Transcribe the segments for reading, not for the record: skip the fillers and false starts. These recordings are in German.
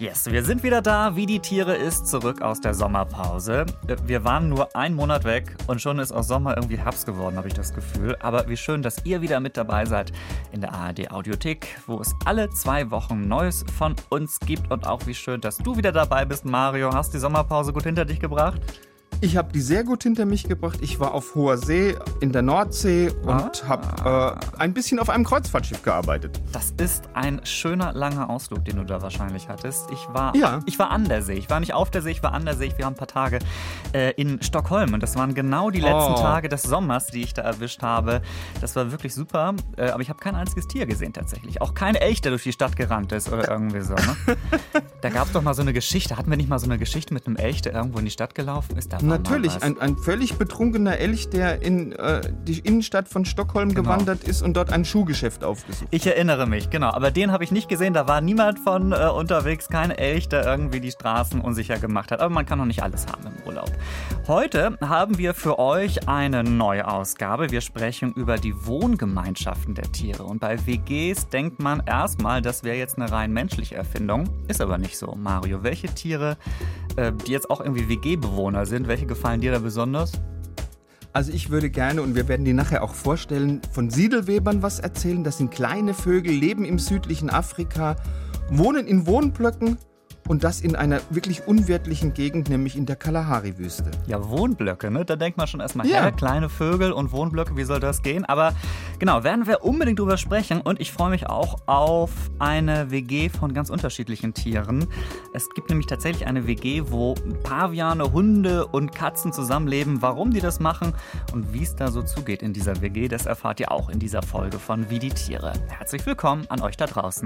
Yes, wir sind wieder da. Wie die Tiere ist zurück aus der Sommerpause. Wir waren nur einen Monat weg und schon ist aus Sommer irgendwie Herbst geworden, habe ich das Gefühl. Aber wie schön, dass ihr wieder mit dabei seid in der ARD Audiothek, wo es alle 2 Wochen Neues von uns gibt. Und auch wie schön, dass du wieder dabei bist, Mario. Hast die Sommerpause gut hinter dich gebracht? Ich habe die sehr gut hinter mich gebracht. Ich war auf hoher See in der Nordsee und habe ein bisschen auf einem Kreuzfahrtschiff gearbeitet. Das ist ein schöner, langer Ausflug, den du da wahrscheinlich hattest. Ich war an der See. Ich war nicht auf der See, ich war an der See. Ich war ein paar Tage in Stockholm und das waren genau die letzten Tage des Sommers, die ich da erwischt habe. Das war wirklich super, aber ich habe kein einziges Tier gesehen tatsächlich. Auch kein Elch, der durch die Stadt gerannt ist oder irgendwie so. Ne? Da gab es doch mal so eine Geschichte. Hatten wir nicht mal so eine Geschichte mit einem Elch, der irgendwo in die Stadt gelaufen ist? Natürlich, ein völlig betrunkener Elch, der in die Innenstadt von Stockholm gewandert ist und dort ein Schuhgeschäft aufgesucht hat. Ich erinnere mich, genau. Aber den habe ich nicht gesehen. Da war niemand von unterwegs, kein Elch, der irgendwie die Straßen unsicher gemacht hat. Aber man kann noch nicht alles haben im Urlaub. Heute haben wir für euch eine neue Ausgabe. Wir sprechen über die Wohngemeinschaften der Tiere. Und bei WGs denkt man erstmal, das wäre jetzt eine rein menschliche Erfindung. Ist aber nicht so. Mario, welche Tiere, die jetzt auch irgendwie WG-Bewohner sind, welche gefallen dir da besonders? Also ich würde gerne, und wir werden die nachher auch vorstellen, von Siedelwebern was erzählen. Das sind kleine Vögel, leben im südlichen Afrika, wohnen in Wohnblöcken und das in einer wirklich unwirtlichen Gegend, nämlich in der Kalahari-Wüste. Ja, Wohnblöcke, ne? Da denkt man schon erstmal, kleine Vögel und Wohnblöcke, wie soll das gehen? Aber genau, werden wir unbedingt drüber sprechen und ich freue mich auch auf eine WG von ganz unterschiedlichen Tieren. Es gibt nämlich tatsächlich eine WG, wo Paviane, Hunde und Katzen zusammenleben. Warum die das machen und wie es da so zugeht in dieser WG, das erfahrt ihr auch in dieser Folge von Wie die Tiere. Herzlich willkommen an euch da draußen.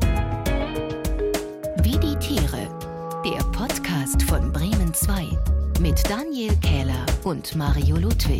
Wie die Tiere, der Podcast von Bremen 2 mit Daniel Kähler und Mario Ludwig.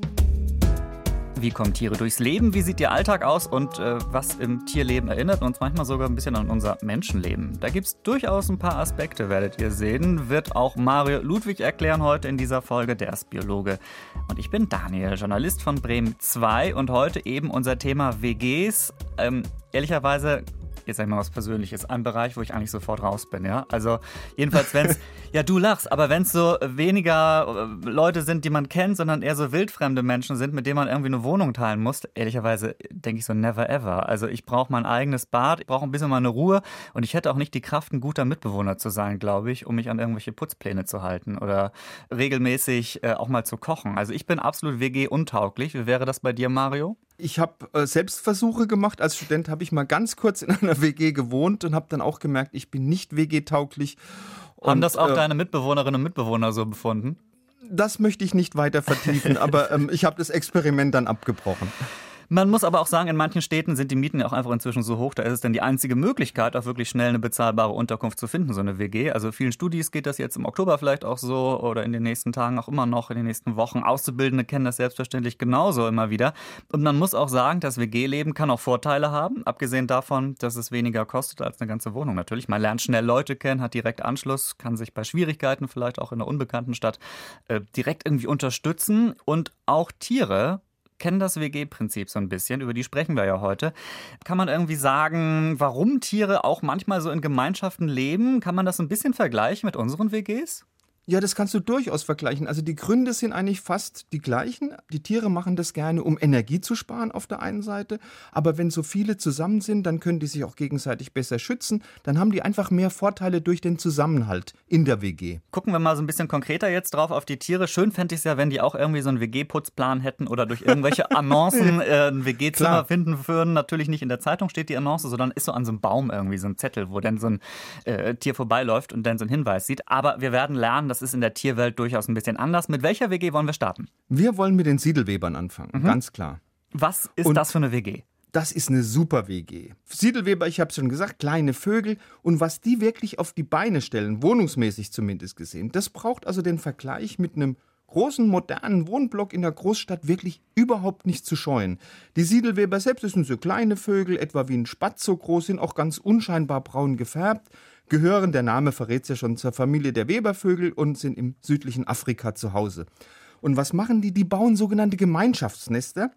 Wie kommen Tiere durchs Leben? Wie sieht ihr Alltag aus? Und was im Tierleben erinnert uns manchmal sogar ein bisschen an unser Menschenleben? Da gibt es durchaus ein paar Aspekte, werdet ihr sehen. Wird auch Mario Ludwig erklären heute in dieser Folge. Der ist Biologe. Und ich bin Daniel, Journalist von Bremen 2. Und heute eben unser Thema WGs. Ehrlicherweise, jetzt sag ich mal was Persönliches, ein Bereich, wo ich eigentlich sofort raus bin, ja. Also jedenfalls, wenn es, ja du lachst, aber wenn es so weniger Leute sind, die man kennt, sondern eher so wildfremde Menschen sind, mit denen man irgendwie eine Wohnung teilen muss, ehrlicherweise denke ich so never ever. Also ich brauche mein eigenes Bad, ich brauche ein bisschen meine Ruhe und ich hätte auch nicht die Kraft, ein guter Mitbewohner zu sein, glaube ich, um mich an irgendwelche Putzpläne zu halten oder regelmäßig auch mal zu kochen. Also ich bin absolut WG-untauglich. Wie wäre das bei dir, Mario? Ich habe Selbstversuche gemacht. Als Student habe ich mal ganz kurz in einer WG gewohnt und habe dann auch gemerkt, ich bin nicht WG-tauglich. Haben das auch deine Mitbewohnerinnen und Mitbewohner so befunden? Das möchte ich nicht weiter vertiefen, aber ich habe das Experiment dann abgebrochen. Man muss aber auch sagen, in manchen Städten sind die Mieten ja auch einfach inzwischen so hoch, da ist es dann die einzige Möglichkeit, auch wirklich schnell eine bezahlbare Unterkunft zu finden, so eine WG. Also vielen Studis geht das jetzt im Oktober vielleicht auch so oder in den nächsten Tagen auch immer noch, in den nächsten Wochen. Auszubildende kennen das selbstverständlich genauso immer wieder. Und man muss auch sagen, das WG-Leben kann auch Vorteile haben, abgesehen davon, dass es weniger kostet als eine ganze Wohnung natürlich. Man lernt schnell Leute kennen, hat direkt Anschluss, kann sich bei Schwierigkeiten vielleicht auch in einer unbekannten Stadt direkt irgendwie unterstützen und auch Tiere kennen das WG-Prinzip so ein bisschen, über die sprechen wir ja heute. Kann man irgendwie sagen, warum Tiere auch manchmal so in Gemeinschaften leben? Kann man das ein bisschen vergleichen mit unseren WGs? Ja, das kannst du durchaus vergleichen. Also die Gründe sind eigentlich fast die gleichen. Die Tiere machen das gerne, um Energie zu sparen auf der einen Seite. Aber wenn so viele zusammen sind, dann können die sich auch gegenseitig besser schützen. Dann haben die einfach mehr Vorteile durch den Zusammenhalt in der WG. Gucken wir mal so ein bisschen konkreter jetzt drauf auf die Tiere. Schön fände ich es ja, wenn die auch irgendwie so einen WG-Putzplan hätten oder durch irgendwelche Annoncen ein WG-Zimmer finden würden. Natürlich nicht in der Zeitung steht die Annonce, sondern ist so an so einem Baum irgendwie so ein Zettel, wo dann so ein Tier vorbeiläuft und dann so einen Hinweis sieht. Aber wir werden lernen, das ist in der Tierwelt durchaus ein bisschen anders. Mit welcher WG wollen wir starten? Wir wollen mit den Siedelwebern anfangen, ganz klar. Was ist das für eine WG? Das ist eine super WG. Siedelweber, ich habe es schon gesagt, kleine Vögel. Und was die wirklich auf die Beine stellen, wohnungsmäßig zumindest gesehen, das braucht also den Vergleich mit einem großen, modernen Wohnblock in der Großstadt wirklich überhaupt nicht zu scheuen. Die Siedelweber selbst sind so kleine Vögel, etwa wie ein Spatz so groß, sind auch ganz unscheinbar braun gefärbt, gehören, der Name verrät es ja schon, zur Familie der Webervögel und sind im südlichen Afrika zu Hause. Und was machen die? Die bauen sogenannte Gemeinschaftsnester,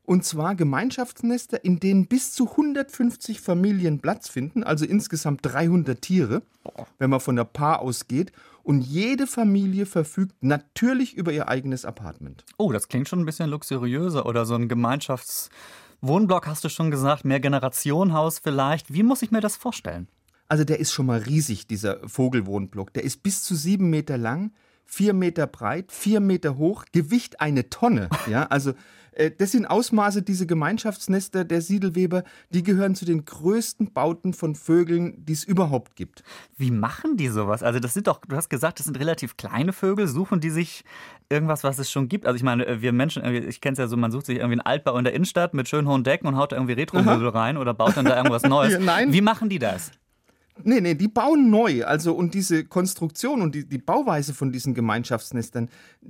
Und zwar Gemeinschaftsnester, in denen bis zu 150 Familien Platz finden, also insgesamt 300 Tiere, wenn man von der Paar ausgeht. Und jede Familie verfügt natürlich über ihr eigenes Apartment. Oh, das klingt schon ein bisschen luxuriöser oder so ein Gemeinschaftswohnblock, hast du schon gesagt, Mehrgenerationenhaus vielleicht. Wie muss ich mir das vorstellen? Also der ist schon mal riesig, dieser Vogelwohnblock. Der ist bis zu 7 Meter lang, 4 Meter breit, 4 Meter hoch, Gewicht 1 Tonne. Ja, also das sind Ausmaße, diese Gemeinschaftsnester der Siedelweber, die gehören zu den größten Bauten von Vögeln, die es überhaupt gibt. Wie machen die sowas? Also das sind doch, du hast gesagt, das sind relativ kleine Vögel. Suchen die sich irgendwas, was es schon gibt? Also ich meine, wir Menschen, ich kenne es ja so, man sucht sich irgendwie einen Altbau in der Innenstadt mit schönen hohen Decken und haut da irgendwie Retro-Möbel rein oder baut dann da irgendwas Neues. Nein. Wie machen die das? Nee, die bauen neu. Also, und diese Konstruktion und die Bauweise von diesen Gemeinschaftsnestern,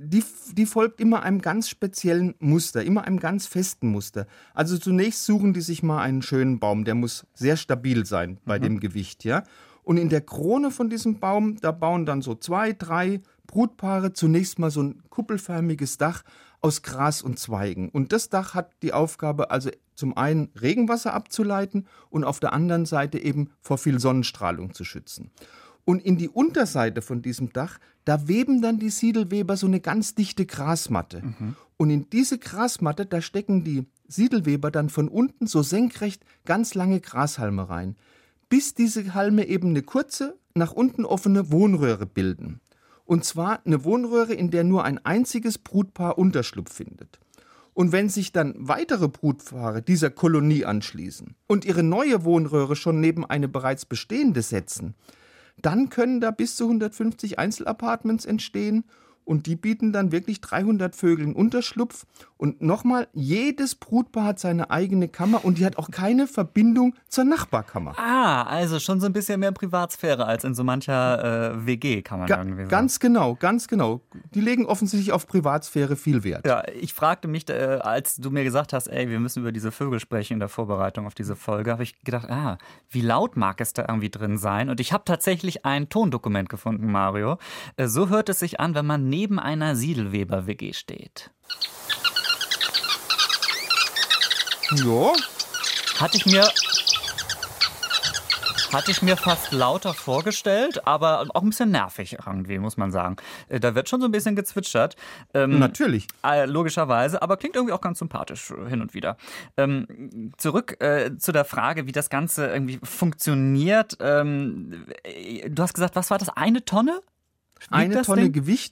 die folgt immer einem ganz speziellen Muster, immer einem ganz festen Muster. Also zunächst suchen die sich mal einen schönen Baum, der muss sehr stabil sein bei dem Gewicht, ja. Und in der Krone von diesem Baum, da bauen dann so 2, 3 Brutpaare zunächst mal so ein kuppelförmiges Dach aus Gras und Zweigen. Und das Dach hat die Aufgabe, also zum einen Regenwasser abzuleiten und auf der anderen Seite eben vor viel Sonnenstrahlung zu schützen. Und in die Unterseite von diesem Dach, da weben dann die Siedelweber so eine ganz dichte Grasmatte. Und in diese Grasmatte, da stecken die Siedelweber dann von unten so senkrecht ganz lange Grashalme rein, bis diese Halme eben eine kurze, nach unten offene Wohnröhre bilden. Und zwar eine Wohnröhre, in der nur ein einziges Brutpaar Unterschlupf findet. Und wenn sich dann weitere Brutpaare dieser Kolonie anschließen und ihre neue Wohnröhre schon neben eine bereits bestehende setzen, dann können da bis zu 150 Einzelapartments entstehen und die bieten dann wirklich 300 Vögeln Unterschlupf. Und nochmal, jedes Brutpaar hat seine eigene Kammer und die hat auch keine Verbindung zur Nachbarkammer. Ah, also schon so ein bisschen mehr Privatsphäre als in so mancher WG, kann man irgendwie sagen. Ganz genau. Die legen offensichtlich auf Privatsphäre viel Wert. Ja, ich fragte mich, als du mir gesagt hast, wir müssen über diese Vögel sprechen in der Vorbereitung auf diese Folge, habe ich gedacht, wie laut mag es da irgendwie drin sein? Und ich habe tatsächlich ein Tondokument gefunden, Mario. So hört es sich an, wenn man neben einer Siedelweber-WG steht. Ja. Hatte ich mir fast lauter vorgestellt, aber auch ein bisschen nervig irgendwie, muss man sagen. Da wird schon so ein bisschen gezwitschert. Natürlich. Logischerweise, aber klingt irgendwie auch ganz sympathisch hin und wieder. Zurück zu der Frage, wie das Ganze irgendwie funktioniert. Du hast gesagt, was war das? 1 Tonne? Eine Tonne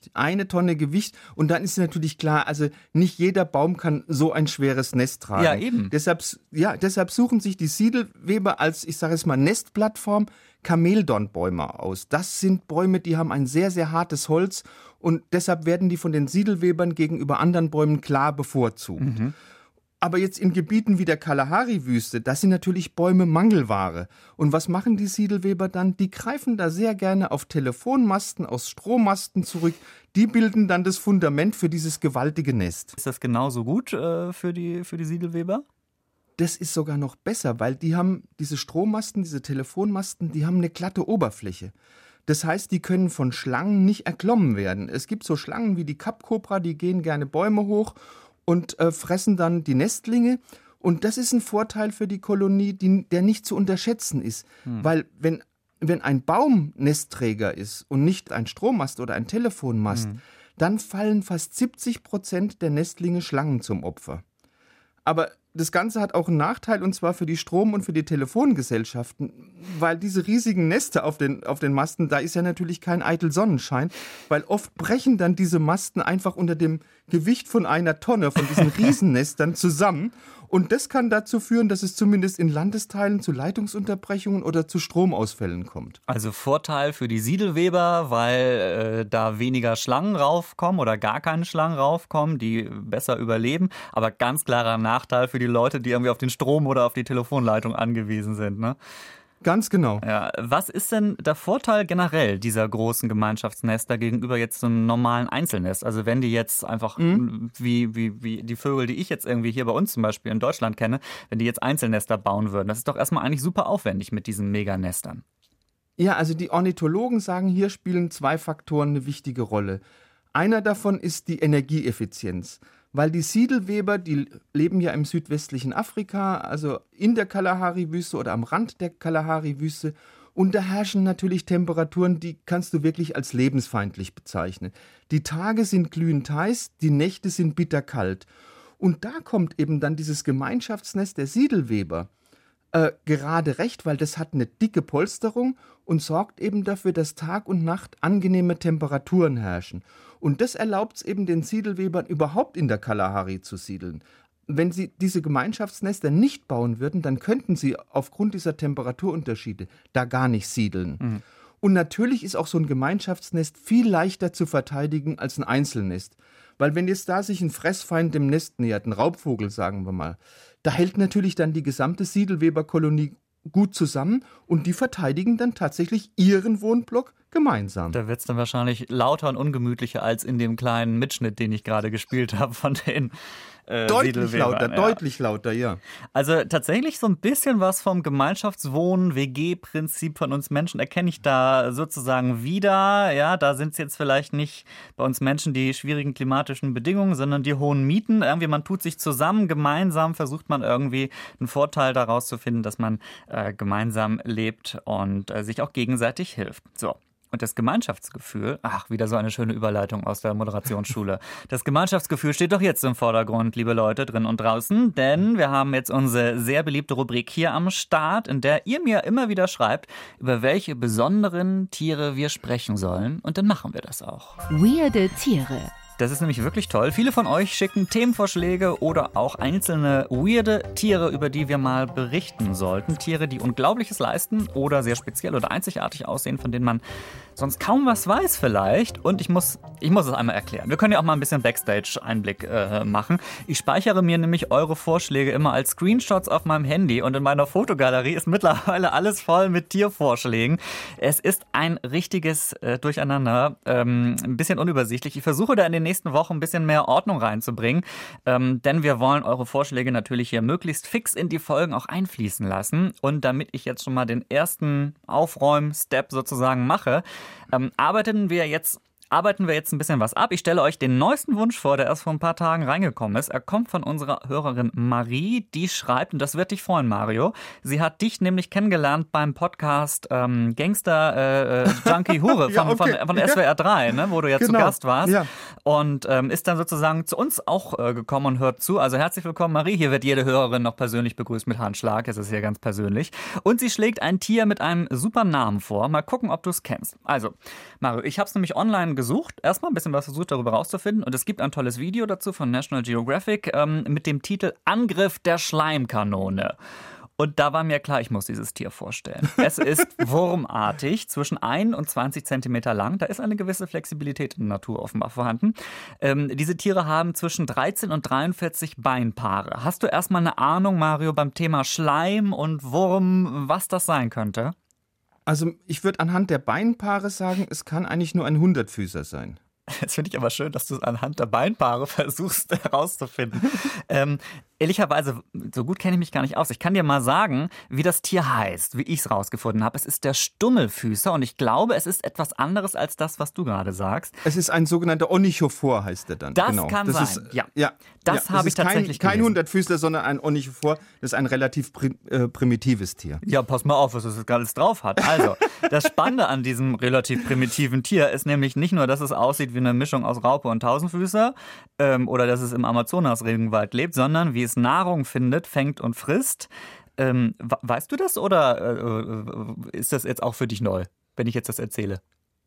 Gewicht und dann ist natürlich klar, also nicht jeder Baum kann so ein schweres Nest tragen. Ja, eben. Deshalb suchen sich die Siedelweber als, ich sage es mal, Nestplattform Kameldornbäume aus. Das sind Bäume, die haben ein sehr, sehr hartes Holz und deshalb werden die von den Siedelwebern gegenüber anderen Bäumen klar bevorzugt. Aber jetzt in Gebieten wie der Kalahari-Wüste, das sind natürlich Bäume Mangelware. Und was machen die Siedelweber dann? Die greifen da sehr gerne auf Telefonmasten aus Strommasten zurück. Die bilden dann das Fundament für dieses gewaltige Nest. Ist das genauso gut für die Siedelweber? Das ist sogar noch besser, weil die haben diese Strommasten, diese Telefonmasten, die haben eine glatte Oberfläche. Das heißt, die können von Schlangen nicht erklommen werden. Es gibt so Schlangen wie die Kappkobra, die gehen gerne Bäume hoch und fressen dann die Nestlinge. Und das ist ein Vorteil für die Kolonie, der nicht zu unterschätzen ist. Weil wenn ein Baum Nestträger ist und nicht ein Strommast oder ein Telefonmast, dann fallen fast 70% der Nestlinge Schlangen zum Opfer. Aber das Ganze hat auch einen Nachteil, und zwar für die Strom- und für die Telefongesellschaften, weil diese riesigen Nester auf den Masten, da ist ja natürlich kein eitel Sonnenschein, weil oft brechen dann diese Masten einfach unter dem Gewicht von 1 Tonne von diesen Riesennestern zusammen. Und das kann dazu führen, dass es zumindest in Landesteilen zu Leitungsunterbrechungen oder zu Stromausfällen kommt. Also Vorteil für die Siedelweber, weil da weniger Schlangen raufkommen oder gar keine Schlangen raufkommen, die besser überleben. Aber ganz klarer Nachteil für die Leute, die irgendwie auf den Strom oder auf die Telefonleitung angewiesen sind, ne? Ganz genau. Ja, was ist denn der Vorteil generell dieser großen Gemeinschaftsnester gegenüber jetzt so einem normalen Einzelnest? Also wenn die jetzt einfach, wie die Vögel, die ich jetzt irgendwie hier bei uns zum Beispiel in Deutschland kenne, wenn die jetzt Einzelnester bauen würden, das ist doch erstmal eigentlich super aufwendig mit diesen Meganestern. Ja, also die Ornithologen sagen, hier spielen 2 Faktoren eine wichtige Rolle. Einer davon ist die Energieeffizienz. weil die Siedelweber, die leben ja im südwestlichen Afrika, also in der Kalahari-Wüste oder am Rand der Kalahari-Wüste. Und da herrschen natürlich Temperaturen, die kannst du wirklich als lebensfeindlich bezeichnen. Die Tage sind glühend heiß, die Nächte sind bitterkalt. Und da kommt eben dann dieses Gemeinschaftsnest der Siedelweber gerade recht, weil das hat eine dicke Polsterung und sorgt eben dafür, dass Tag und Nacht angenehme Temperaturen herrschen. Und das erlaubt es eben den Siedelwebern überhaupt in der Kalahari zu siedeln. Wenn sie diese Gemeinschaftsnester nicht bauen würden, dann könnten sie aufgrund dieser Temperaturunterschiede da gar nicht siedeln. Mhm. Und natürlich ist auch so ein Gemeinschaftsnest viel leichter zu verteidigen als ein Einzelnest. Weil wenn jetzt da sich ein Fressfeind dem Nest nähert, ein Raubvogel, sagen wir mal, da hält natürlich dann die gesamte Siedelweberkolonie gut zusammen und die verteidigen dann tatsächlich ihren Wohnblock gemeinsam. Da wird es dann wahrscheinlich lauter und ungemütlicher als in dem kleinen Mitschnitt, den ich gerade gespielt habe von den deutlich lauter, ja. Also tatsächlich so ein bisschen was vom Gemeinschaftswohnen-WG-Prinzip von uns Menschen erkenne ich da sozusagen wieder. Ja, da sind es jetzt vielleicht nicht bei uns Menschen die schwierigen klimatischen Bedingungen, sondern die hohen Mieten. Irgendwie man tut sich zusammen, gemeinsam versucht man irgendwie einen Vorteil daraus zu finden, dass man gemeinsam lebt und sich auch gegenseitig hilft. So. Und das Gemeinschaftsgefühl, wieder so eine schöne Überleitung aus der Moderationsschule. Das Gemeinschaftsgefühl steht doch jetzt im Vordergrund, liebe Leute, drin und draußen, denn wir haben jetzt unsere sehr beliebte Rubrik hier am Start, in der ihr mir immer wieder schreibt, über welche besonderen Tiere wir sprechen sollen. Und dann machen wir das auch. Weirde Tiere. Das ist nämlich wirklich toll. Viele von euch schicken Themenvorschläge oder auch einzelne weirde Tiere, über die wir mal berichten sollten. Tiere, die Unglaubliches leisten oder sehr speziell oder einzigartig aussehen, von denen man sonst kaum was weiß vielleicht. Und ich muss es einmal erklären. Wir können ja auch mal ein bisschen Backstage-Einblick machen. Ich speichere mir nämlich eure Vorschläge immer als Screenshots auf meinem Handy und in meiner Fotogalerie ist mittlerweile alles voll mit Tiervorschlägen. Es ist ein richtiges Durcheinander, ein bisschen unübersichtlich. Ich versuche da in den nächsten Wochen ein bisschen mehr Ordnung reinzubringen, denn wir wollen eure Vorschläge natürlich hier möglichst fix in die Folgen auch einfließen lassen. Und damit ich jetzt schon mal den ersten Aufräum-Step sozusagen mache, arbeiten wir jetzt ein bisschen was ab. Ich stelle euch den neuesten Wunsch vor, der erst vor ein paar Tagen reingekommen ist. Er kommt von unserer Hörerin Marie, die schreibt, und das wird dich freuen, Mario. Sie hat dich nämlich kennengelernt beim Podcast Gangster Junkie Hure von SWR 3, ne, wo du jetzt zu Gast warst. Ja. Und ist dann sozusagen zu uns auch gekommen und hört zu. Also herzlich willkommen, Marie. Hier wird jede Hörerin noch persönlich begrüßt mit Handschlag. Es ist hier ganz persönlich. Und sie schlägt ein Tier mit einem super Namen vor. Mal gucken, ob du es kennst. Also, Mario, ich habe es nämlich online gesucht, erstmal ein bisschen was versucht darüber rauszufinden und es gibt ein tolles Video dazu von National Geographic mit dem Titel Angriff der Schleimkanone. Und da war mir klar, ich muss dieses Tier vorstellen. Es ist wurmartig, zwischen 1 und 20 Zentimeter lang. Da ist eine gewisse Flexibilität in der Natur offenbar vorhanden. Diese Tiere haben zwischen 13 und 43 Beinpaare. Hast du erstmal eine Ahnung, Mario, beim Thema Schleim und Wurm, was das sein könnte? Also ich würde anhand der Beinpaare sagen, es kann eigentlich nur ein Hundertfüßer sein. Jetzt finde ich aber schön, dass du es anhand der Beinpaare versuchst herauszufinden. Ehrlicherweise, so gut kenne ich mich gar nicht aus. Ich kann dir mal sagen, wie das Tier heißt, wie ich es rausgefunden habe. Es ist der Stummelfüßer und ich glaube, es ist etwas anderes als das, was du gerade sagst. Es ist ein sogenannter Onychophor, heißt der dann. Das kann sein, Das habe ich tatsächlich kein Hundertfüßler, sondern ein Onychophor. Das ist ein relativ primitives Tier. Ja, pass mal auf, was es alles drauf hat. Also, das Spannende an diesem relativ primitiven Tier ist nämlich nicht nur, dass es aussieht wie eine Mischung aus Raupe und Tausendfüßer oder dass es im Amazonas-Regenwald lebt, sondern wie es Nahrung findet, fängt und frisst. Weißt du das oder ist das jetzt auch für dich neu, wenn ich jetzt das erzähle?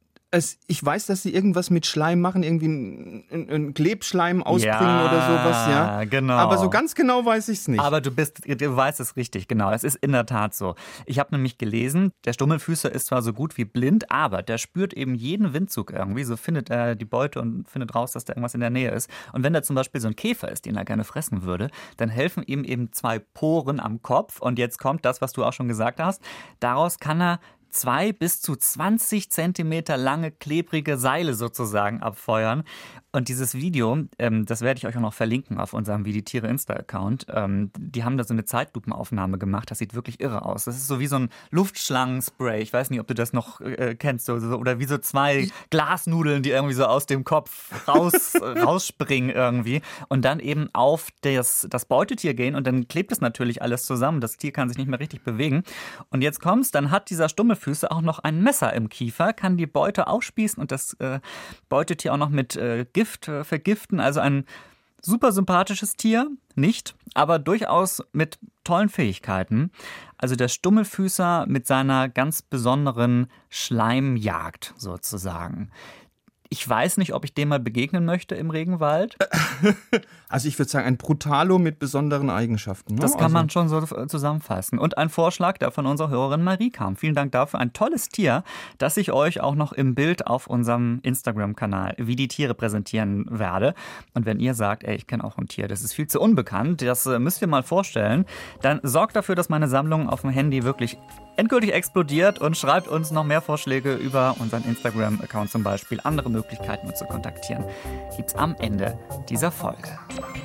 Ich weiß, dass sie irgendwas mit Schleim machen, irgendwie einen Klebschleim ausbringen oder sowas, ja. Genau. Aber so ganz genau weiß ich es nicht. Aber du weißt es richtig, genau. Es ist in der Tat so. Ich habe nämlich gelesen, der Stummelfüßer ist zwar so gut wie blind, aber der spürt eben jeden Windzug irgendwie. So findet er die Beute und findet raus, dass da irgendwas in der Nähe ist. Und wenn da zum Beispiel so ein Käfer ist, den er gerne fressen würde, dann helfen ihm eben 2 Poren am Kopf. Und jetzt kommt das, was du auch schon gesagt hast. Daraus kann er 2 bis zu 20 Zentimeter lange klebrige Seile sozusagen abfeuern. Und dieses Video, das werde ich euch auch noch verlinken auf unserem Wie die Tiere Insta-Account. Die haben da so eine Zeitlupenaufnahme gemacht. Das sieht wirklich irre aus. Das ist so wie so ein Luftschlangenspray. Ich weiß nicht, ob du das noch kennst. Oder wie so 2 Glasnudeln, die irgendwie so aus dem Kopf rausspringen irgendwie. Und dann eben auf das Beutetier gehen. Und dann klebt es natürlich alles zusammen. Das Tier kann sich nicht mehr richtig bewegen. Und jetzt kommt's, dann hat dieser Stummelfüße auch noch ein Messer im Kiefer, kann die Beute aufspießen und das Beutetier auch noch mit Gift vergiften. Also ein super sympathisches Tier, nicht, aber durchaus mit tollen Fähigkeiten. Also der Stummelfüßer mit seiner ganz besonderen Schleimjagd sozusagen. Ich weiß nicht, ob ich dem mal begegnen möchte im Regenwald. Also ich würde sagen, ein Brutalo mit besonderen Eigenschaften. Ne? Das kann man schon so zusammenfassen. Und ein Vorschlag, der von unserer Hörerin Marie kam. Vielen Dank dafür. Ein tolles Tier, das ich euch auch noch im Bild auf unserem Instagram-Kanal Wie die Tiere präsentieren werde. Und wenn ihr sagt, ey, ich kenne auch ein Tier, das ist viel zu unbekannt, das müsst ihr mal vorstellen, dann sorgt dafür, dass meine Sammlung auf dem Handy wirklich endgültig explodiert und schreibt uns noch mehr Vorschläge über unseren Instagram-Account zum Beispiel. Andere Möglichkeiten, uns zu kontaktieren, gibt's am Ende dieser Folge.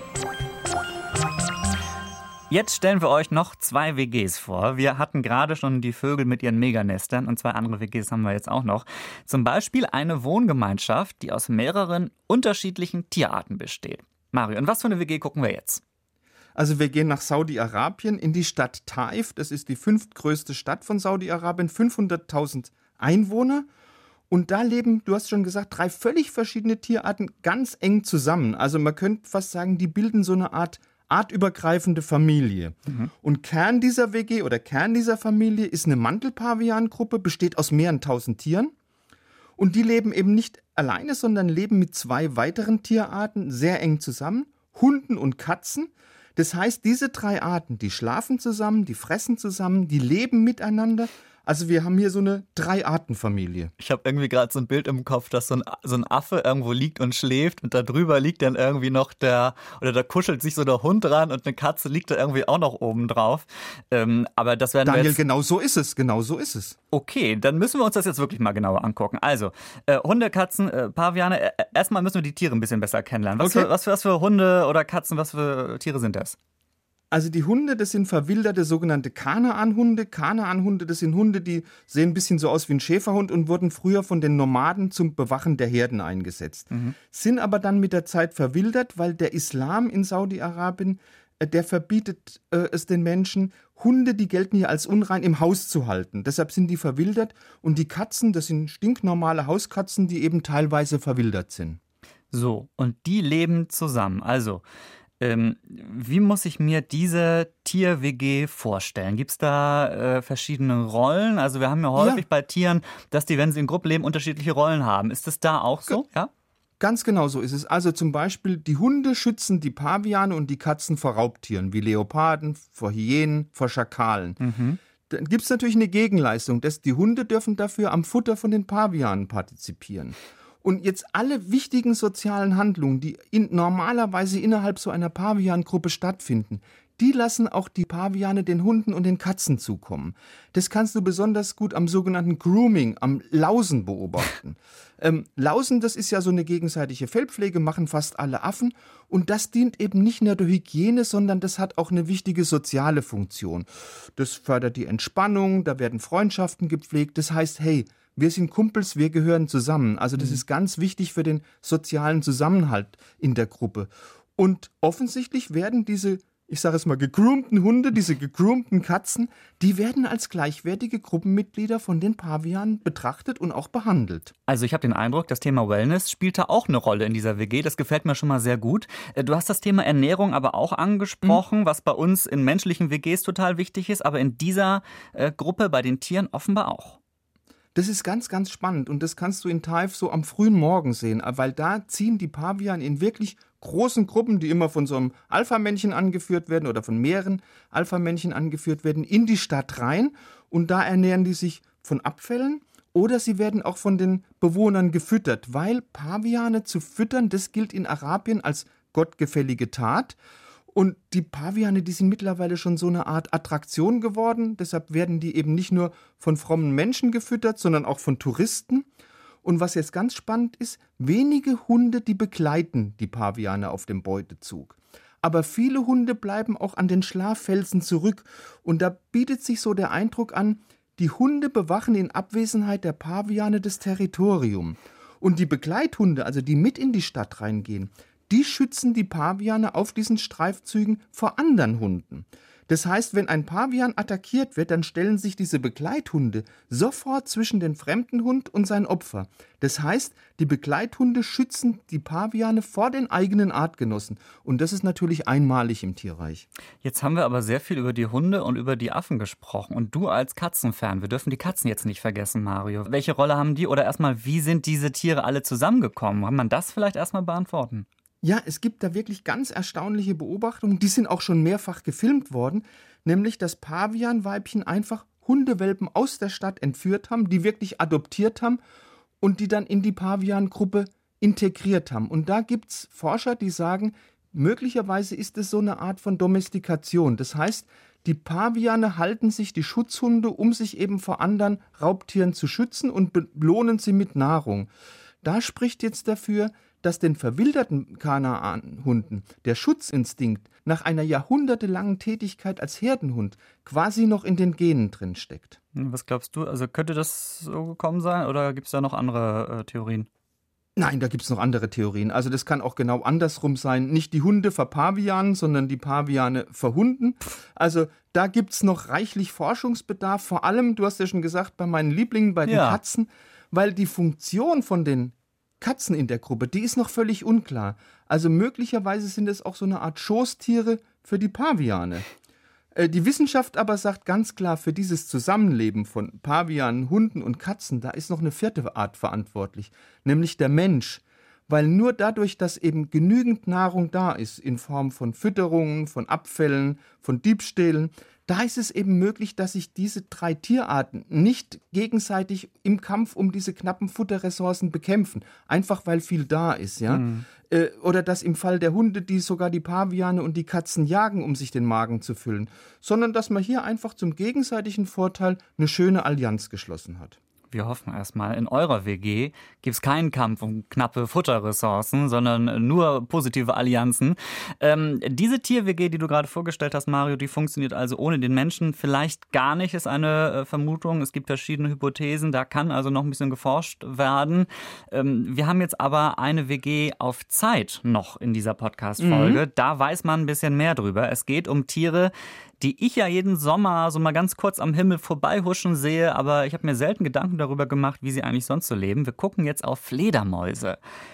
Jetzt stellen wir euch noch 2 WGs vor. Wir hatten gerade schon die Vögel mit ihren Meganestern und 2 andere WGs haben wir jetzt auch noch. Zum Beispiel eine Wohngemeinschaft, die aus mehreren unterschiedlichen Tierarten besteht. Mario, und was für eine WG gucken wir jetzt? Also wir gehen nach Saudi-Arabien in die Stadt Taif. Das ist die 5. größte Stadt von Saudi-Arabien, 500.000 Einwohner. Und da leben, du hast schon gesagt, 3 völlig verschiedene Tierarten ganz eng zusammen. Also man könnte fast sagen, die bilden so eine Art artübergreifende Familie. Und Kern dieser WG oder Kern dieser Familie ist eine Mantelpavian-Gruppe, besteht aus mehreren tausend Tieren. Und die leben eben nicht alleine, sondern leben mit 2 weiteren Tierarten sehr eng zusammen, Hunden und Katzen. Das heißt, diese 3 Arten, die schlafen zusammen, die fressen zusammen, die leben miteinander. Also wir haben hier so eine 3-Arten-Familie. Ich habe irgendwie gerade so ein Bild im Kopf, dass so ein Affe irgendwo liegt und schläft und da drüber liegt dann irgendwie noch da kuschelt sich so der Hund dran und eine Katze liegt da irgendwie auch noch oben drauf. Aber das werden Daniel, wir jetzt... genau so ist es. Okay, dann müssen wir uns das jetzt wirklich mal genauer angucken. Also, Hunde, Katzen, Paviane, erstmal müssen wir die Tiere ein bisschen besser kennenlernen. Was für Hunde oder Katzen, was für Tiere sind das? Also die Hunde, das sind verwilderte sogenannte Kanaan-Hunde. Kanaan-Hunde, das sind Hunde, die sehen ein bisschen so aus wie ein Schäferhund und wurden früher von den Nomaden zum Bewachen der Herden eingesetzt. Sind aber dann mit der Zeit verwildert, weil der Islam in Saudi-Arabien, der verbietet es den Menschen, Hunde, die gelten hier als unrein, im Haus zu halten. Deshalb sind die verwildert. Und die Katzen, das sind stinknormale Hauskatzen, die eben teilweise verwildert sind. So, und die leben zusammen. Also... wie muss ich mir diese Tier-WG vorstellen? Gibt es da verschiedene Rollen? Also wir haben ja häufig bei Tieren, dass die, wenn sie in Gruppen leben, unterschiedliche Rollen haben. Ist das da auch so? Ja? Ganz genau so ist es. Also zum Beispiel, die Hunde schützen die Paviane und die Katzen vor Raubtieren, wie Leoparden, vor Hyänen, vor Schakalen. Dann gibt es natürlich eine Gegenleistung. Die Hunde dürfen dafür am Futter von den Pavianen partizipieren. Und jetzt alle wichtigen sozialen Handlungen, die normalerweise innerhalb so einer Paviangruppe stattfinden, die lassen auch die Paviane den Hunden und den Katzen zukommen. Das kannst du besonders gut am sogenannten Grooming, am Lausen beobachten. Lausen, das ist ja so eine gegenseitige Fellpflege, machen fast alle Affen. Und das dient eben nicht nur der Hygiene, sondern das hat auch eine wichtige soziale Funktion. Das fördert die Entspannung, da werden Freundschaften gepflegt. Das heißt, hey, wir sind Kumpels, wir gehören zusammen. Also das ist ganz wichtig für den sozialen Zusammenhalt in der Gruppe. Und offensichtlich werden diese, ich sage es mal, gegroomten Hunde, diese gegroomten Katzen, die werden als gleichwertige Gruppenmitglieder von den Pavianen betrachtet und auch behandelt. Also ich habe den Eindruck, das Thema Wellness spielt da auch eine Rolle in dieser WG. Das gefällt mir schon mal sehr gut. Du hast das Thema Ernährung aber auch angesprochen, was bei uns in menschlichen WGs total wichtig ist, aber in dieser Gruppe bei den Tieren offenbar auch. Das ist ganz, ganz spannend und das kannst du in Taif so am frühen Morgen sehen, weil da ziehen die Paviane in wirklich großen Gruppen, die immer von so einem Alpha-Männchen angeführt werden oder von mehreren Alpha-Männchen angeführt werden, in die Stadt rein und da ernähren die sich von Abfällen oder sie werden auch von den Bewohnern gefüttert, weil Paviane zu füttern, das gilt in Arabien als gottgefällige Tat. Und die Paviane, die sind mittlerweile schon so eine Art Attraktion geworden. Deshalb werden die eben nicht nur von frommen Menschen gefüttert, sondern auch von Touristen. Und was jetzt ganz spannend ist, wenige Hunde, die begleiten die Paviane auf dem Beutezug. Aber viele Hunde bleiben auch an den Schlaffelsen zurück. Und da bietet sich so der Eindruck an, die Hunde bewachen in Abwesenheit der Paviane das Territorium. Und die Begleithunde, also die mit in die Stadt reingehen, die schützen die Paviane auf diesen Streifzügen vor anderen Hunden. Das heißt, wenn ein Pavian attackiert wird, dann stellen sich diese Begleithunde sofort zwischen den fremden Hund und sein Opfer. Das heißt, die Begleithunde schützen die Paviane vor den eigenen Artgenossen. Und das ist natürlich einmalig im Tierreich. Jetzt haben wir aber sehr viel über die Hunde und über die Affen gesprochen. Und du als Katzenfan, wir dürfen die Katzen jetzt nicht vergessen, Mario. Welche Rolle haben die? Oder erstmal, wie sind diese Tiere alle zusammengekommen? Kann man das vielleicht erstmal beantworten? Ja, es gibt da wirklich ganz erstaunliche Beobachtungen, die sind auch schon mehrfach gefilmt worden, nämlich dass Pavianweibchen einfach Hundewelpen aus der Stadt entführt haben, die wirklich adoptiert haben und die dann in die Paviangruppe integriert haben. Und da gibt es Forscher, die sagen, möglicherweise ist es so eine Art von Domestikation. Das heißt, die Paviane halten sich die Schutzhunde, um sich eben vor anderen Raubtieren zu schützen und belohnen sie mit Nahrung. Da spricht jetzt dafür, dass den verwilderten Kanaanhunden der Schutzinstinkt nach einer jahrhundertelangen Tätigkeit als Herdenhund quasi noch in den Genen drin steckt. Was glaubst du? Also könnte das so gekommen sein oder gibt es da noch andere Theorien? Nein, da gibt es noch andere Theorien. Also das kann auch genau andersrum sein. Nicht die Hunde verpavianen, sondern die Paviane verhunden. Also da gibt es noch reichlich Forschungsbedarf. Vor allem, du hast ja schon gesagt, bei meinen Lieblingen, bei den Katzen, weil die Funktion von den Katzen in der Gruppe, die ist noch völlig unklar. Also möglicherweise sind es auch so eine Art Schoßtiere für die Paviane. Die Wissenschaft aber sagt ganz klar, für dieses Zusammenleben von Pavianen, Hunden und Katzen, da ist noch eine vierte Art verantwortlich, nämlich der Mensch. Weil nur dadurch, dass eben genügend Nahrung da ist, in Form von Fütterungen, von Abfällen, von Diebstählen, da ist es eben möglich, dass sich diese drei Tierarten nicht gegenseitig im Kampf um diese knappen Futterressourcen bekämpfen. Einfach weil viel da ist, ja. Oder dass im Fall der Hunde, die sogar die Paviane und die Katzen jagen, um sich den Magen zu füllen. Sondern dass man hier einfach zum gegenseitigen Vorteil eine schöne Allianz geschlossen hat. Wir hoffen erstmal, in eurer WG gibt es keinen Kampf um knappe Futterressourcen, sondern nur positive Allianzen. Diese Tier-WG, die du gerade vorgestellt hast, Mario, die funktioniert also ohne den Menschen vielleicht gar nicht, ist eine Vermutung. Es gibt verschiedene Hypothesen, da kann also noch ein bisschen geforscht werden. Wir haben jetzt aber eine WG auf Zeit noch in dieser Podcast-Folge. Da weiß man ein bisschen mehr drüber. Es geht um Tiere, die ich ja jeden Sommer so mal ganz kurz am Himmel vorbeihuschen sehe, aber ich habe mir selten Gedanken darüber gemacht, wie sie eigentlich sonst so leben. Wir gucken jetzt auf Fledermäuse.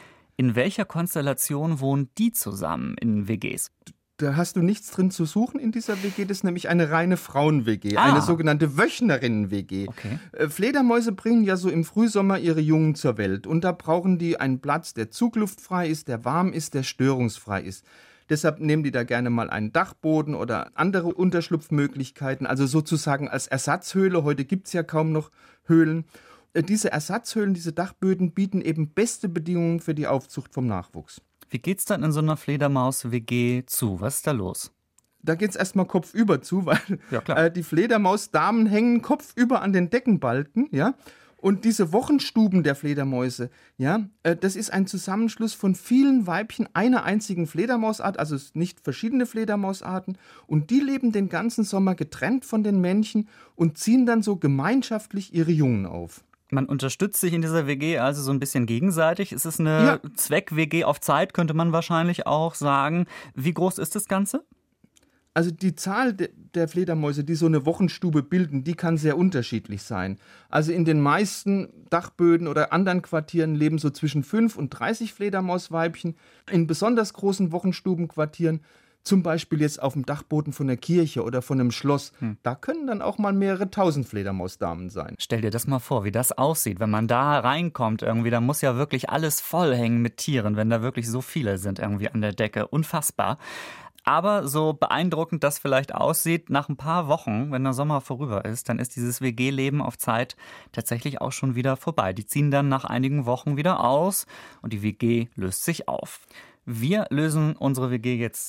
In welcher Konstellation wohnen die zusammen in WGs? Da hast du nichts drin zu suchen in dieser WG, das ist nämlich eine reine Frauen-WG, eine sogenannte Wöchnerinnen-WG. Okay. Fledermäuse bringen ja so im Frühsommer ihre Jungen zur Welt und da brauchen die einen Platz, der zugluftfrei ist, der warm ist, der störungsfrei ist. Deshalb nehmen die da gerne mal einen Dachboden oder andere Unterschlupfmöglichkeiten, also sozusagen als Ersatzhöhle. Heute gibt es ja kaum noch Höhlen. Diese Ersatzhöhlen, diese Dachböden bieten eben beste Bedingungen für die Aufzucht vom Nachwuchs. Wie geht's dann in so einer Fledermaus-WG zu? Was ist da los? Da geht's erstmal kopfüber zu, weil Ja, die Fledermausdamen hängen kopfüber an den Deckenbalken, ja. Und diese Wochenstuben der Fledermäuse, ja, das ist ein Zusammenschluss von vielen Weibchen einer einzigen Fledermausart, also nicht verschiedene Fledermausarten. Und die leben den ganzen Sommer getrennt von den Männchen und ziehen dann so gemeinschaftlich ihre Jungen auf. Man unterstützt sich in dieser WG also so ein bisschen gegenseitig. Es ist eine Zweck-WG auf Zeit, könnte man wahrscheinlich auch sagen. Wie groß ist das Ganze? Also die Zahl der Fledermäuse, die so eine Wochenstube bilden, die kann sehr unterschiedlich sein. Also in den meisten Dachböden oder anderen Quartieren leben so zwischen 5 und 30 Fledermausweibchen. In besonders großen Wochenstubenquartieren, zum Beispiel jetzt auf dem Dachboden von einer Kirche oder von einem Schloss, da können dann auch mal mehrere tausend Fledermausdamen sein. Stell dir das mal vor, wie das aussieht, wenn man da reinkommt irgendwie. Da muss ja wirklich alles voll hängen mit Tieren, wenn da wirklich so viele sind irgendwie an der Decke. Unfassbar. Aber so beeindruckend das vielleicht aussieht, nach ein paar Wochen, wenn der Sommer vorüber ist, dann ist dieses WG-Leben auf Zeit tatsächlich auch schon wieder vorbei. Die ziehen dann nach einigen Wochen wieder aus und die WG löst sich auf. Wir lösen unsere WG jetzt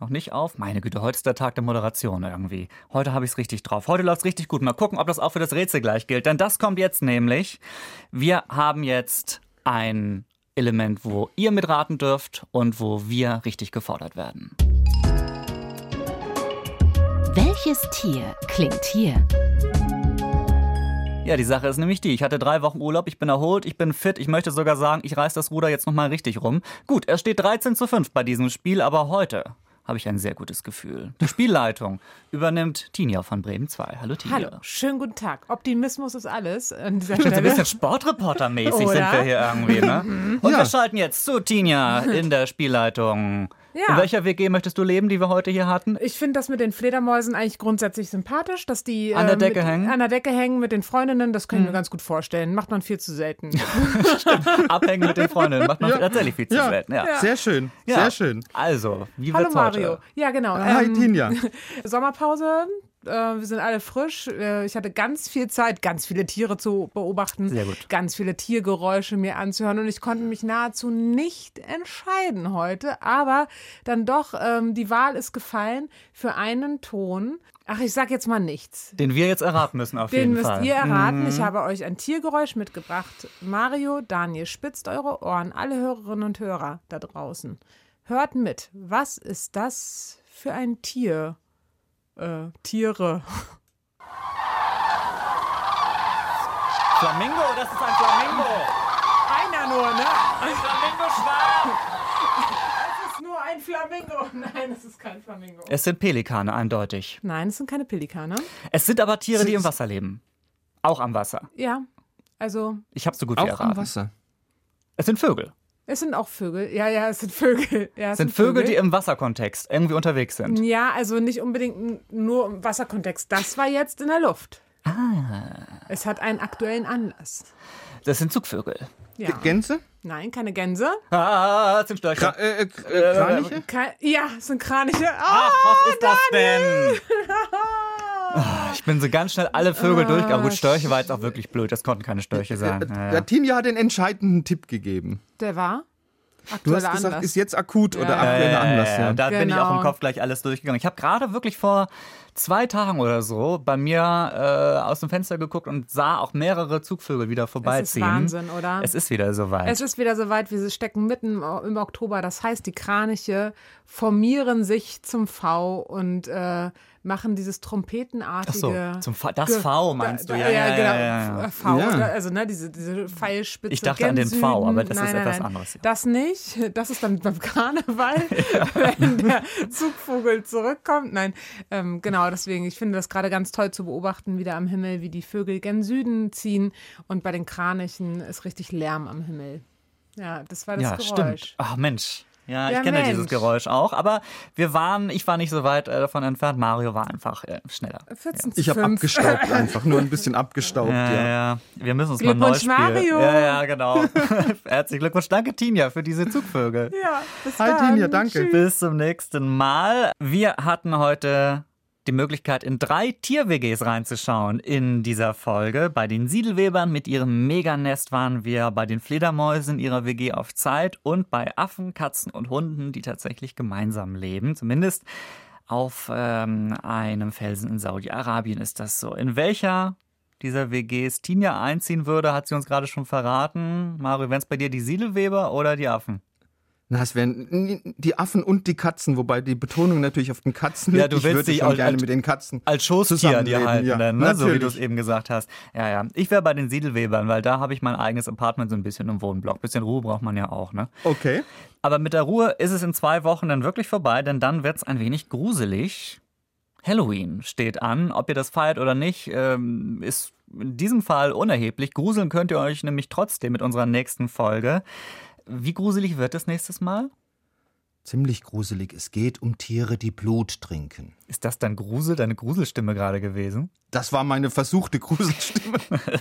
noch nicht auf. Meine Güte, heute ist der Tag der Moderation irgendwie. Heute habe ich es richtig drauf. Heute läuft es richtig gut. Mal gucken, ob das auch für das Rätsel gleich gilt. Denn das kommt jetzt nämlich. Wir haben jetzt ein Element, wo ihr mitraten dürft und wo wir richtig gefordert werden. Welches Tier klingt hier? Ja, die Sache ist nämlich die. Ich hatte 3 Wochen Urlaub, ich bin erholt, ich bin fit. Ich möchte sogar sagen, ich reiß das Ruder jetzt nochmal richtig rum. Gut, es steht 13:5 bei diesem Spiel, aber heute habe ich ein sehr gutes Gefühl. Die Spielleitung übernimmt Tinja von Bremen 2. Hallo Tinja. Hallo, schönen guten Tag. Optimismus ist alles an dieser Stimmt, Stelle. ein bisschen Sportreporter-mäßig Oder? sind wir hier irgendwie, ne? Und wir schalten jetzt zu Tinja in der Spielleitung. Ja. In welcher WG möchtest du leben, die wir heute hier hatten? Ich finde das mit den Fledermäusen eigentlich grundsätzlich sympathisch, dass die An der Decke hängen? An der Decke hängen mit den Freundinnen, das kann ich mir ganz gut vorstellen. Macht man viel zu selten. Abhängen mit den Freundinnen macht man tatsächlich viel zu selten. Ja. Sehr schön, Ja. sehr schön. Also, wie Hallo wird's Mario. heute? Ja, genau. Hi Tinja. Sommerpause. Wir sind alle frisch. Ich hatte ganz viel Zeit, ganz viele Tiere zu beobachten, Sehr gut. ganz viele Tiergeräusche mir anzuhören und ich konnte mich nahezu nicht entscheiden heute, aber dann doch, die Wahl ist gefallen für einen Ton. Ach, ich sag jetzt mal nichts. Den wir jetzt erraten müssen auf Den jeden müsst Fall. ihr erraten. Ich habe euch ein Tiergeräusch mitgebracht. Mario, Daniel, spitzt eure Ohren, alle Hörerinnen und Hörer da draußen. Hört mit. Was ist das für ein Tier? Tiere. Flamingo, das ist ein Flamingo. Einer nur, ne? Ein Flamingo-Schwarm. Es ist nur ein Flamingo. Nein, es ist kein Flamingo. Es sind Pelikane, eindeutig. Nein, es sind keine Pelikane. Es sind aber Tiere, die im Wasser leben. Auch am Wasser. Ja, also Ich habe so gut wie Auch erraten. am Wasser. Es sind Vögel. es sind auch Vögel. Ja, es sind Vögel. Ja, Es sind Vögel, die im Wasserkontext irgendwie unterwegs sind. Ja, also nicht unbedingt nur im Wasserkontext. Das war jetzt in der Luft. Es hat einen aktuellen Anlass. Das sind Zugvögel. Ja. Gänse? Nein, keine Gänse. Das sind Störche. Kraniche? Ja, es sind Kraniche. Ach, was ist das denn? Ich bin so ganz schnell alle Vögel durch. Aber gut, Störche war jetzt auch wirklich blöd. Das konnten keine Störche sein. Der Tinja hat den entscheidenden Tipp gegeben. Der war Du aktueller hast gesagt, Anlass. ist jetzt akut oder aktueller Anlass. Ja. Da bin ich auch im Genau. Kopf gleich alles durchgegangen. Ich habe gerade wirklich vor 2 Tagen oder so bei mir aus dem Fenster geguckt und sah auch mehrere Zugvögel wieder vorbeiziehen. Wahnsinn, oder? Es ist wieder soweit. Es ist wieder soweit, wir stecken mitten im Oktober. Das heißt, die Kraniche formieren sich zum V und machen dieses trompetenartige. Ach so, das V meinst du? Ja, genau. V, Ja. Also diese Pfeilspitze. Ich dachte an den V, Gen-Süden. aber das ist Nein, etwas nein. anderes. Ja. Das nicht. Das ist dann beim Karneval, wenn der Zugvogel zurückkommt. Nein, genau, deswegen, ich finde das gerade ganz toll zu beobachten, wieder am Himmel, wie die Vögel gen Süden ziehen und bei den Kranichen ist richtig Lärm am Himmel. Ja, das war das Ja, Geräusch. stimmt. Ach Mensch. Ja, ich Ja, kenne Mensch. dieses Geräusch auch, aber ich war nicht so weit davon entfernt. Mario war einfach schneller. 14 Ich habe 5. abgestaubt einfach, nur ein bisschen abgestaubt. Ja. Wir müssen uns mal neu Glückwunsch, spielen. Mario. Ja, genau. Herzlichen Glückwunsch. Danke, Tinja, für diese Zugvögel. Ja, bis Hi, dann. Tinja, danke. Tschüss. Bis zum nächsten Mal. Wir hatten heute die Möglichkeit, in 3 Tier-WGs reinzuschauen in dieser Folge. Bei den Siedelwebern mit ihrem Meganest waren wir, bei den Fledermäusen ihrer WG auf Zeit und bei Affen, Katzen und Hunden, die tatsächlich gemeinsam leben. Zumindest auf einem Felsen in Saudi-Arabien ist das so. In welcher dieser WGs Tinja einziehen würde, hat sie uns gerade schon verraten. Mario, wären es bei dir die Siedelweber oder die Affen? Na, es wären die Affen und die Katzen, wobei die Betonung natürlich auf den Katzen Ja, liegt. du Ich willst würde dich schon als- gerne mit den Katzen Als Schoßtier dir zusammenleben, halten, ja, dann, ne? So wie du natürlich. es eben gesagt hast. Ja. Ich wäre bei den Siedelwebern, weil da habe ich mein eigenes Apartment so ein bisschen im Wohnblock. Bisschen Ruhe braucht man ja auch, ne? Okay. Aber mit der Ruhe ist es in 2 Wochen dann wirklich vorbei, denn dann wird es ein wenig gruselig. Halloween steht an. Ob ihr das feiert oder nicht, ist in diesem Fall unerheblich. Gruseln könnt ihr euch nämlich trotzdem mit unserer nächsten Folge. Wie gruselig wird es nächstes Mal? Ziemlich gruselig. Es geht um Tiere, die Blut trinken. Ist das dann deine Gruselstimme gerade gewesen? Das war meine versuchte Gruselstimme.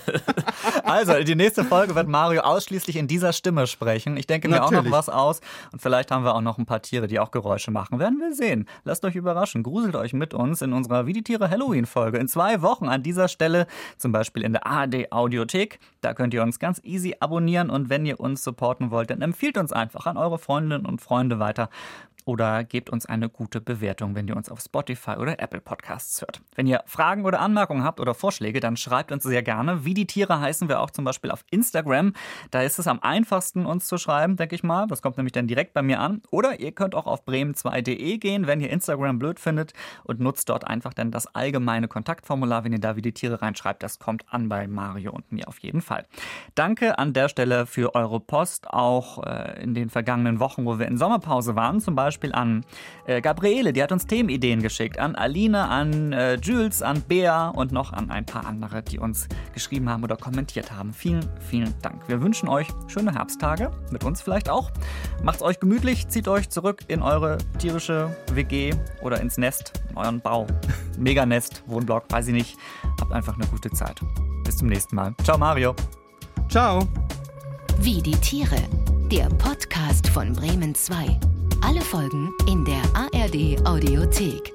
Also, die nächste Folge wird Mario ausschließlich in dieser Stimme sprechen. Ich denke mir auch noch Natürlich. was aus. Und vielleicht haben wir auch noch ein paar Tiere, die auch Geräusche machen. Werden wir sehen. Lasst euch überraschen. Gruselt euch mit uns in unserer Wie die Tiere Halloween-Folge. In 2 Wochen an dieser Stelle, zum Beispiel in der ARD-Audiothek. Da könnt ihr uns ganz easy abonnieren. Und wenn ihr uns supporten wollt, dann empfiehlt uns einfach an eure Freundinnen und Freunde weiter. oder gebt uns eine gute Bewertung, wenn ihr uns auf Spotify oder Apple Podcasts hört. Wenn ihr Fragen oder Anmerkungen habt oder Vorschläge, dann schreibt uns sehr gerne. Wie die Tiere heißen wir auch zum Beispiel auf Instagram. Da ist es am einfachsten, uns zu schreiben, denke ich mal. Das kommt nämlich dann direkt bei mir an. Oder ihr könnt auch auf bremen2.de gehen, wenn ihr Instagram blöd findet und nutzt dort einfach dann das allgemeine Kontaktformular. Wenn ihr da wie die Tiere reinschreibt, das kommt an bei Mario und mir auf jeden Fall. Danke an der Stelle für eure Post, auch in den vergangenen Wochen, wo wir in Sommerpause waren. Zum Beispiel an Gabriele, die hat uns Themenideen geschickt. An Aline, an Jules, an Bea und noch an ein paar andere, die uns geschrieben haben oder kommentiert haben. Vielen, vielen Dank. Wir wünschen euch schöne Herbsttage, mit uns vielleicht auch. Macht's euch gemütlich, zieht euch zurück in eure tierische WG oder ins Nest, in euren Bau. Meganest, Wohnblock, weiß ich nicht. Habt einfach eine gute Zeit. Bis zum nächsten Mal. Ciao Mario. Ciao. Wie die Tiere, der Podcast von Bremen 2. Alle Folgen in der ARD Audiothek.